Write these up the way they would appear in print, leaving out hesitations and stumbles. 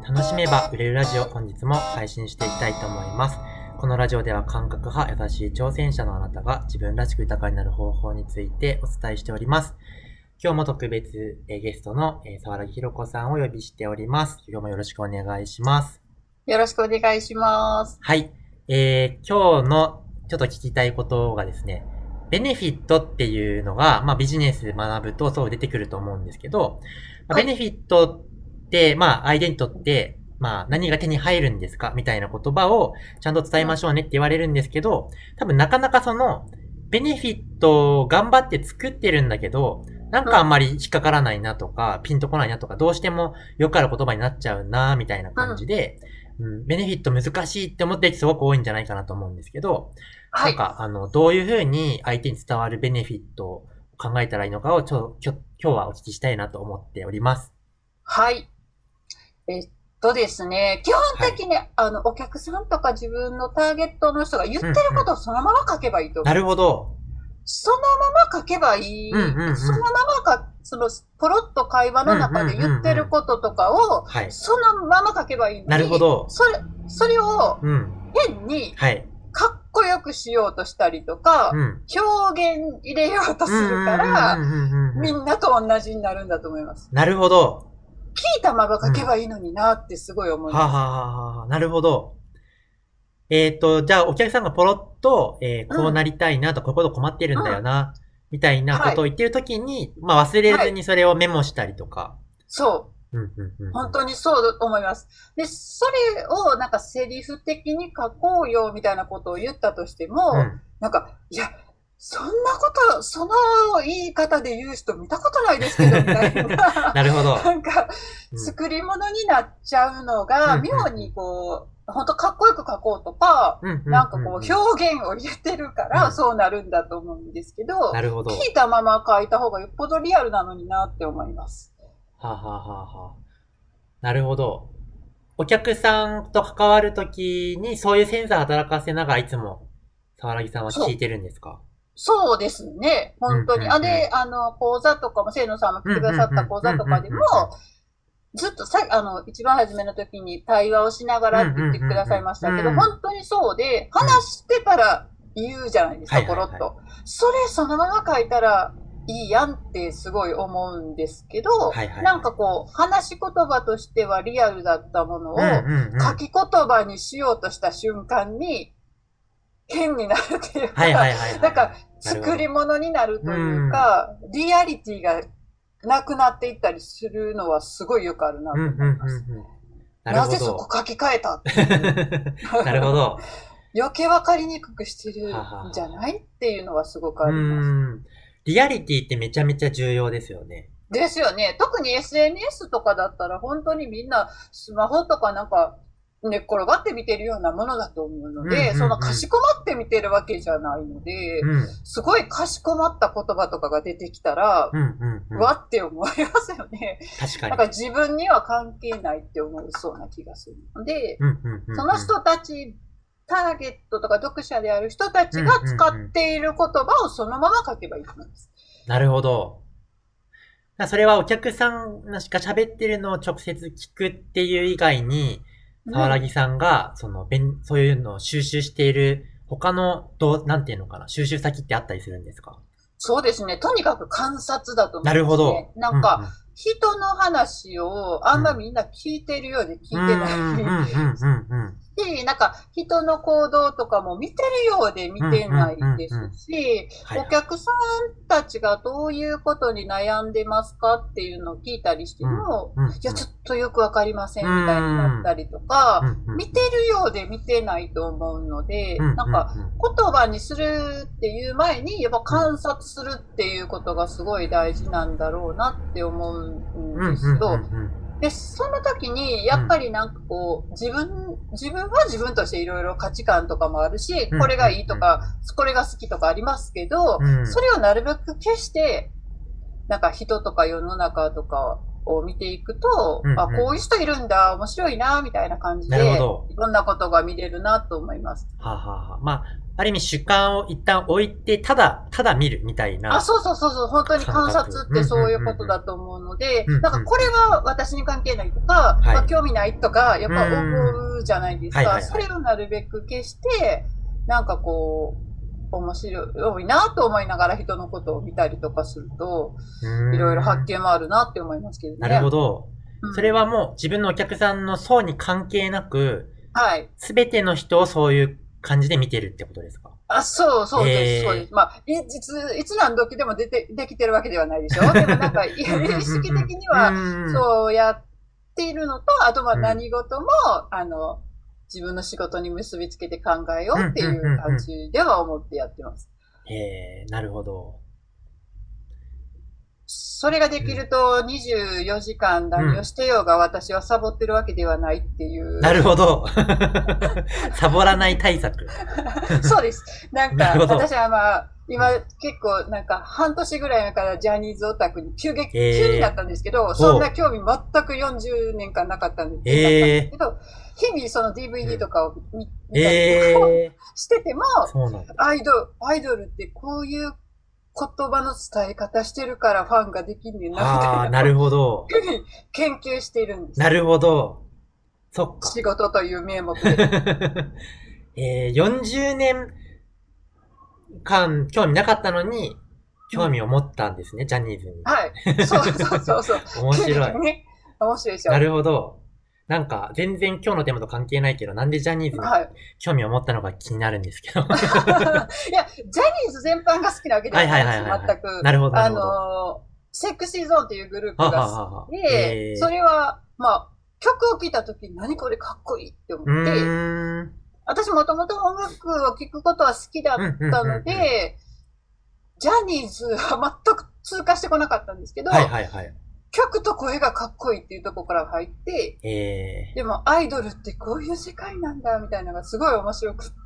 楽しめば売れるラジオ、本日も配信していきたいと思います。このラジオでは感覚派、優しい挑戦者のあなたが自分らしく豊かになる方法についてお伝えしております。今日も特別ゲストの沢良ひろ子さんをお呼びしております。今日もよろしくお願いします。 よろしくお願いします。 はい。今日のちょっと聞きたいことがですね、ベネフィットっていうのが、ビジネス学ぶとそう出てくると思うんですけど、 はい。 ベネフィットって、相手にとって、何が手に入るんですかみたいな言葉をちゃんと伝えうん。 ましょうねって言われるんですけど、多分なかなかその、ベネフィットを頑張って作ってるんだけど、なんうん。 かあんまり引っかからないなとか、ピンとこないなとか、どうしてもよくある言葉になっちゃうなみたいなうん。 感じで、ベネフィット難しいって思ってる人すごく多いんじゃないかなと思うんですけど、 はい。 どういうふうに相手に伝わるベネフィットを考えたらいいのかを今日はお聞きしたいなと思っております。 はい。ですね、基本はい。 的に、お客さんとか自分のターゲットの人が言ってるうんうん。 ことをそのまま書けばいいとなる思います。 ほど。 そのまま書けばいうんうんい。そのうん。 ままポロッと会話うんうんの中で言ってうんうん。 ることとかを、 はい。 そのまま書けばいいのなるほに、 ど。 それをうん。 変にはい。 かっこよくしようとしたりとか、 うん。 表現入れようとうんうんするかうんら、 うんうんうんうん。 みんなと同じになるんだと思います。 なるほど。 聞いたままうん。 書けばいいのになってすごい思いはあ、はます。 あはあはあ、なるほど。じゃあお客さんがポロッと、 うん。 こうなりたいなと、こういうこと困ってるんだようん。 な、みたいなこはい。 とを言ってるときに、忘れはい。 ずにそれをメモしたりとか。 そう。 うん、うん、うん、 本当にそうだと思います。で、それをなんかセリフ的に書こうよみたいなことを言ったとしてうん。うも、 ん。 なんか、いや、そんなこと、その言い方で言う人見たことないですけど、みたいな、 なるほど。 なんか、 うん。 作り物になっちゃうのうん、うが、 ん、 妙にこう、本当かっこよく書こうとか、 うん。うん、うん、 なんかこううん、 表現を入れてるかうん。うらん。 そうなるんだと思うんですけど、 なるほど。 聞いたまま書いた方がよっぽどリアルなのになって思います。 はあ、はあはあはあ、なるほど。お客さんと関わるときに、そういうセンサー働かせながらいつも、沢木さんは聞いそう。 てるんですか？ そうですね。 うん、 本当に。 うん、うん。 講座とかも、清野さんも来うん、うん、 てくださったうん、うん、 講座とかでも、 うん、うん。 ずっと一番初めの時に対話をしながうん、うん、 らって言ってくださいましたけど、 うん、うん。 本当にそうで、 うん。 話してたら言うじゃないですか、 はいはいはい。 ポロッと。それそのまま書いたらいいやんってすごい思うんですけど、 はいはいなんはい。 かこう、話し言葉としてはリアルだったものうんうんをうん。 書き言葉にしようとした瞬間に、変になるっていうか、 はいはいはいなんかはいはい。なるほ作りど。 物になるうというん。 か、リアリティがなくなっていったりするのはすごいよくあるなとうんうんうん思います。 うん。なるなぜそこほど。 書き換えたっていう。 なるほど。 余計わかりにくくしてはるんじゃはは。 ないっていうのはすごくうあります。 ーん。リアリティってめちゃめちゃ重要ですよね。 ですよね。特に SNS とかだったら本当にみんなスマホとかなんか寝っ転がって見てるようなものだと思うのうんうで、そのかしんこまって見てるわけじゃないので、 うん。うん。 すごいかしこまった言葉とかが出てきたら、 うんうんうん。 わって思いますよね。 確かに。 なんか自分には関係ないって思いそうな気がするので、 うんうんうんうん。 その人たち、ターゲットとか読者である人たちがうんうん使っうん。 ている言葉をそのまま書けばいいと思います。 なるほど。それはお客さんが喋ってるのを直接聞くっていう以外に、 うん。 沢木さんが、そういうのを収集している他の、なんていうのかな、収集先ってあったりするんですか？ そうですね。とにかく観察だとな思いるほど。 ますね。なうん、 んか、人の話をあうん、 んまうん。 みんな聞いてるようでうーん、 聞いてない。 うん、うん、うん、うん。 なんか人の行動とかも見てるようで見うん、 てうん、うん、 ないですうん。 し、 はいはい。 お客さんたちがどういうことに悩んでますかっていうのを聞いたりしてうん、 も、 うん、 いや、 うん。 ちょっとよくわかりませうーんみたいになっん、 たりとか、 うん、うん、 見てるようで見てないと思うのうん、 で、 うん、 なんかうん、 言葉にするっていう前に、やっぱうん、 観察するっていうことがすごい大事なんだろうなって思うんうん、うん、 ですよ。 うん、 で、その時に、やうん、 っぱりなんかこう、自分は自分としていろいろ価値観とかもあるし、 うん、 これがいいうん、 とか、これが好きとかありますけど、 うん、 それをなるべく消して、なんか人とか世の中とかを見ていくと、 うんうんあ、こういう人いるんだ、面白いな、みたいな感じで、 なるほど。 いろんなことが見れるなと思います。 はあ、はあはあ、まあ、ある意味主観を一旦置いて、ただ見るみたいな。 あ、そうそうそうそう、本当に観感覚察ってそういうことだと思うので、 うんうんうんなんかこれは私に関係ないとか、 はいまあ、興味ないとか、やっぱ思うじゃないですか。 はいはいはいそれをなるべく消して、なんかこう、面白いなと思いながら人のことを見たりとかすると、いろいろ発見もあるなって思いますけどね。 なるほど。 うんそれはもう自分のお客さんの層に関係なく、 はい。 すべての人をそういう感じで見てるってことですか？ あ、そうです、そうです。まあ、いつ何時でもできてるわけではないでしょ。でもなんか、意識的には、そうやっているのと、あとまあ何事も、自分の仕事に結びつけて考えようっていう感じでは思ってやってます。 なるほど。 それができると24時間何をしてようが私はサボってるわけではないっていう。 なるほど。サボらない対策。 そうです。なんか、私はまあ、今結構なんか半年ぐらい前からジャニーズオタクに急になったんですけど、そんな興味全く40年間なかったんですけど、日々その DVD とかを見たりとかしてても、アイドルってこういう言葉の伝え方してるからファンができんねんな、みたいな。 ああ、なるほど。 研究しているんです。 なるほど。そっか。 仕事という名目で。 40年間興味なかったのに、興味を持ったんですね、ジャニーズに。 はい。そう。 面白い。 ね。面白いでしょ。 なるほど。なんか、全然今日のテーマと関係ないけど、なんでジャニーズに興味を持ったのか気になるんですけど。いや、ジャニーズ全般が好きなわけではないです、全く。 なるほど。 セクシーゾーンっていうグループが好きで、それは、まあ、曲を聴いたときに何これかっこいいって思って、私もともと音楽を聴くことは好きだったので、ジャニーズは全く通過してこなかったんですけど、曲と声がかっこいいっていうところから入って、でもアイドルってこういう世界なんだみたいなのがすごい面白くって、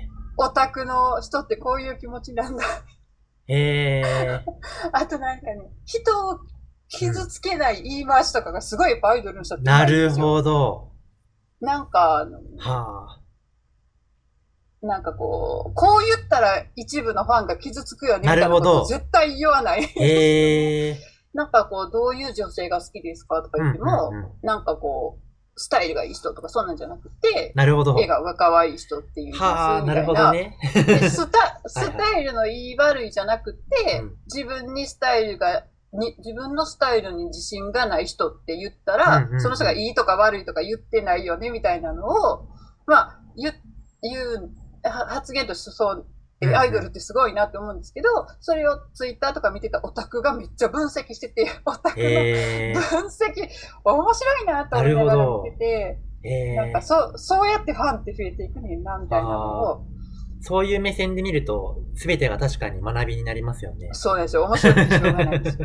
オタクの人ってこういう気持ちなんだ。あとなんかね、人を傷つけない言い回しとかがすごいやっぱアイドルの人ってなるほど。 なんかなんかこう言ったら一部のファンが傷つくよねみたいなことを絶対言わない。なんかこう、どういう女性が好きですかとか言っても、なんかこう、スタイルがいい人とかそんなんじゃなくて、 なるほど。 笑顔が可愛い人っていうなるほどね。 スタイルのいい悪いじゃなくて、自分のスタイルに自信がない人って言ったら、その人がいいとか悪いとか言ってないよねみたいなのを、まあ、言う発言としてそう、アイドルってすごいなって思うんですけど、それをツイッターとか見てたオタクがめっちゃ分析してて、オタクの分析、面白いなと思いながら見てて、なんかそうやってファンって増えていくねんな、みたいなのを。 そういう目線で見ると、すべてが確かに学びになりますよね。 そうですよ。面白くてしょうがないですよ。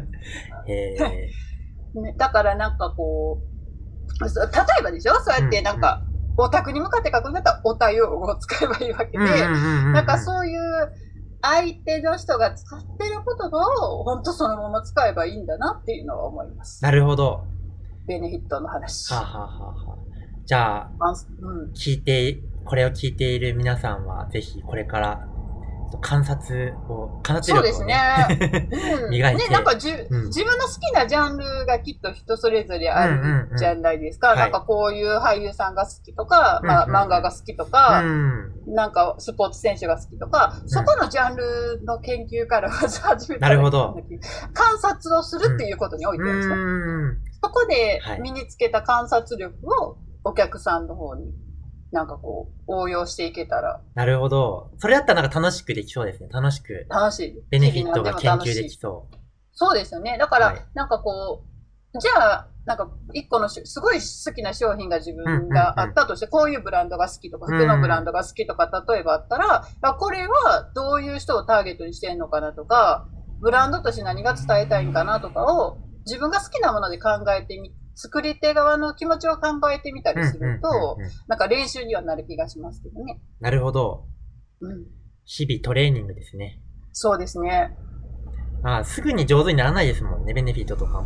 だからなんかこう、例えばでしょ、そうやってなんか、オタクに向かって書くんだったらオタ用語を使えばいいわけで、なんかそういう相手の人が使ってる言葉を本当そのまま使えばいいんだなっていうのは思います。 なるほど。 ベネフィットの話。 じゃあ、これを聞いている皆さんはぜひこれから観察力をね。 そうですね。 磨いて。 なんか自分の好きなジャンルがきっと人それぞれあるじゃないですか。なんかこういう俳優さんが好きとか、漫画が好きとか、なんかスポーツ選手が好きとか、そこのジャンルの研究から始めたら、なるほど。観察をするっていうことにおいてはですね。そこで身につけた観察力をお客さんの方になんかこう、応用していけたら。 なるほど。それだったらなんか楽しくできそうですね。楽しい。ベネフィットが研究できそう。 そうですよね。だから、なんかこう、じゃあ、なんか一個のすごい好きな商品が自分があったとして、こういうブランドが好きとか、服のブランドが好きとか、例えばあったら、これはどういう人をターゲットにしてんのかなとか、ブランドとして何が伝えたいんかなとかを、自分が好きなもので考えて作り手側の気持ちを考えてみたりすると、なんか練習にはなる気がしますけどね。 なるほど。日々トレーニングですね。 そうですね。 すぐに上手にならないですもんね、ベネフィットとかも。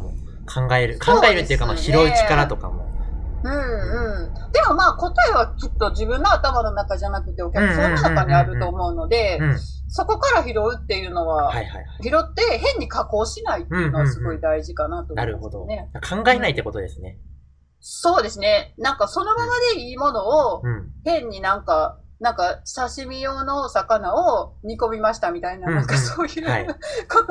考えるっていうか、まあ拾う力とかも。 でもまあ答えはきっと自分の頭の中じゃなくてお客さんの中にあると思うので、そこから拾うっていうのは、拾って変に加工しないっていうのはすごい大事かなと思いますね。 なるほど。考えないってことですね。 そうですね。なんかそのままでいいものを、変になんか刺身用の魚を煮込みましたみたいな、なんかそういうこと、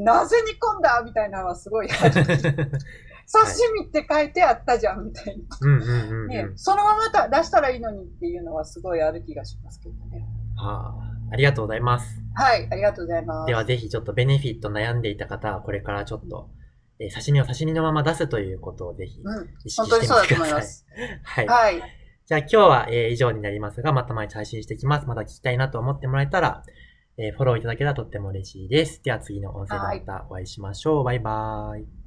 なぜ煮込んだみたいなのはすごいある。刺身って書いてあったじゃんみたいな。そのまま出したらいいのにっていうのはすごいある気がしますけどね。 ありがとうございます。 はい、ありがとうございます。 ではぜひちょっとベネフィット悩んでいた方はこれからちょっと、刺身を刺身のまま出すということをぜひ意識してみてください。本当にそうだと思います。はい。じゃあ今日は以上になりますが、また毎日配信していきます。また聞きたいなと思ってもらえたら、フォローいただけたらとっても嬉しいです。では次の音声でまたお会いしましょう。バイバーイ。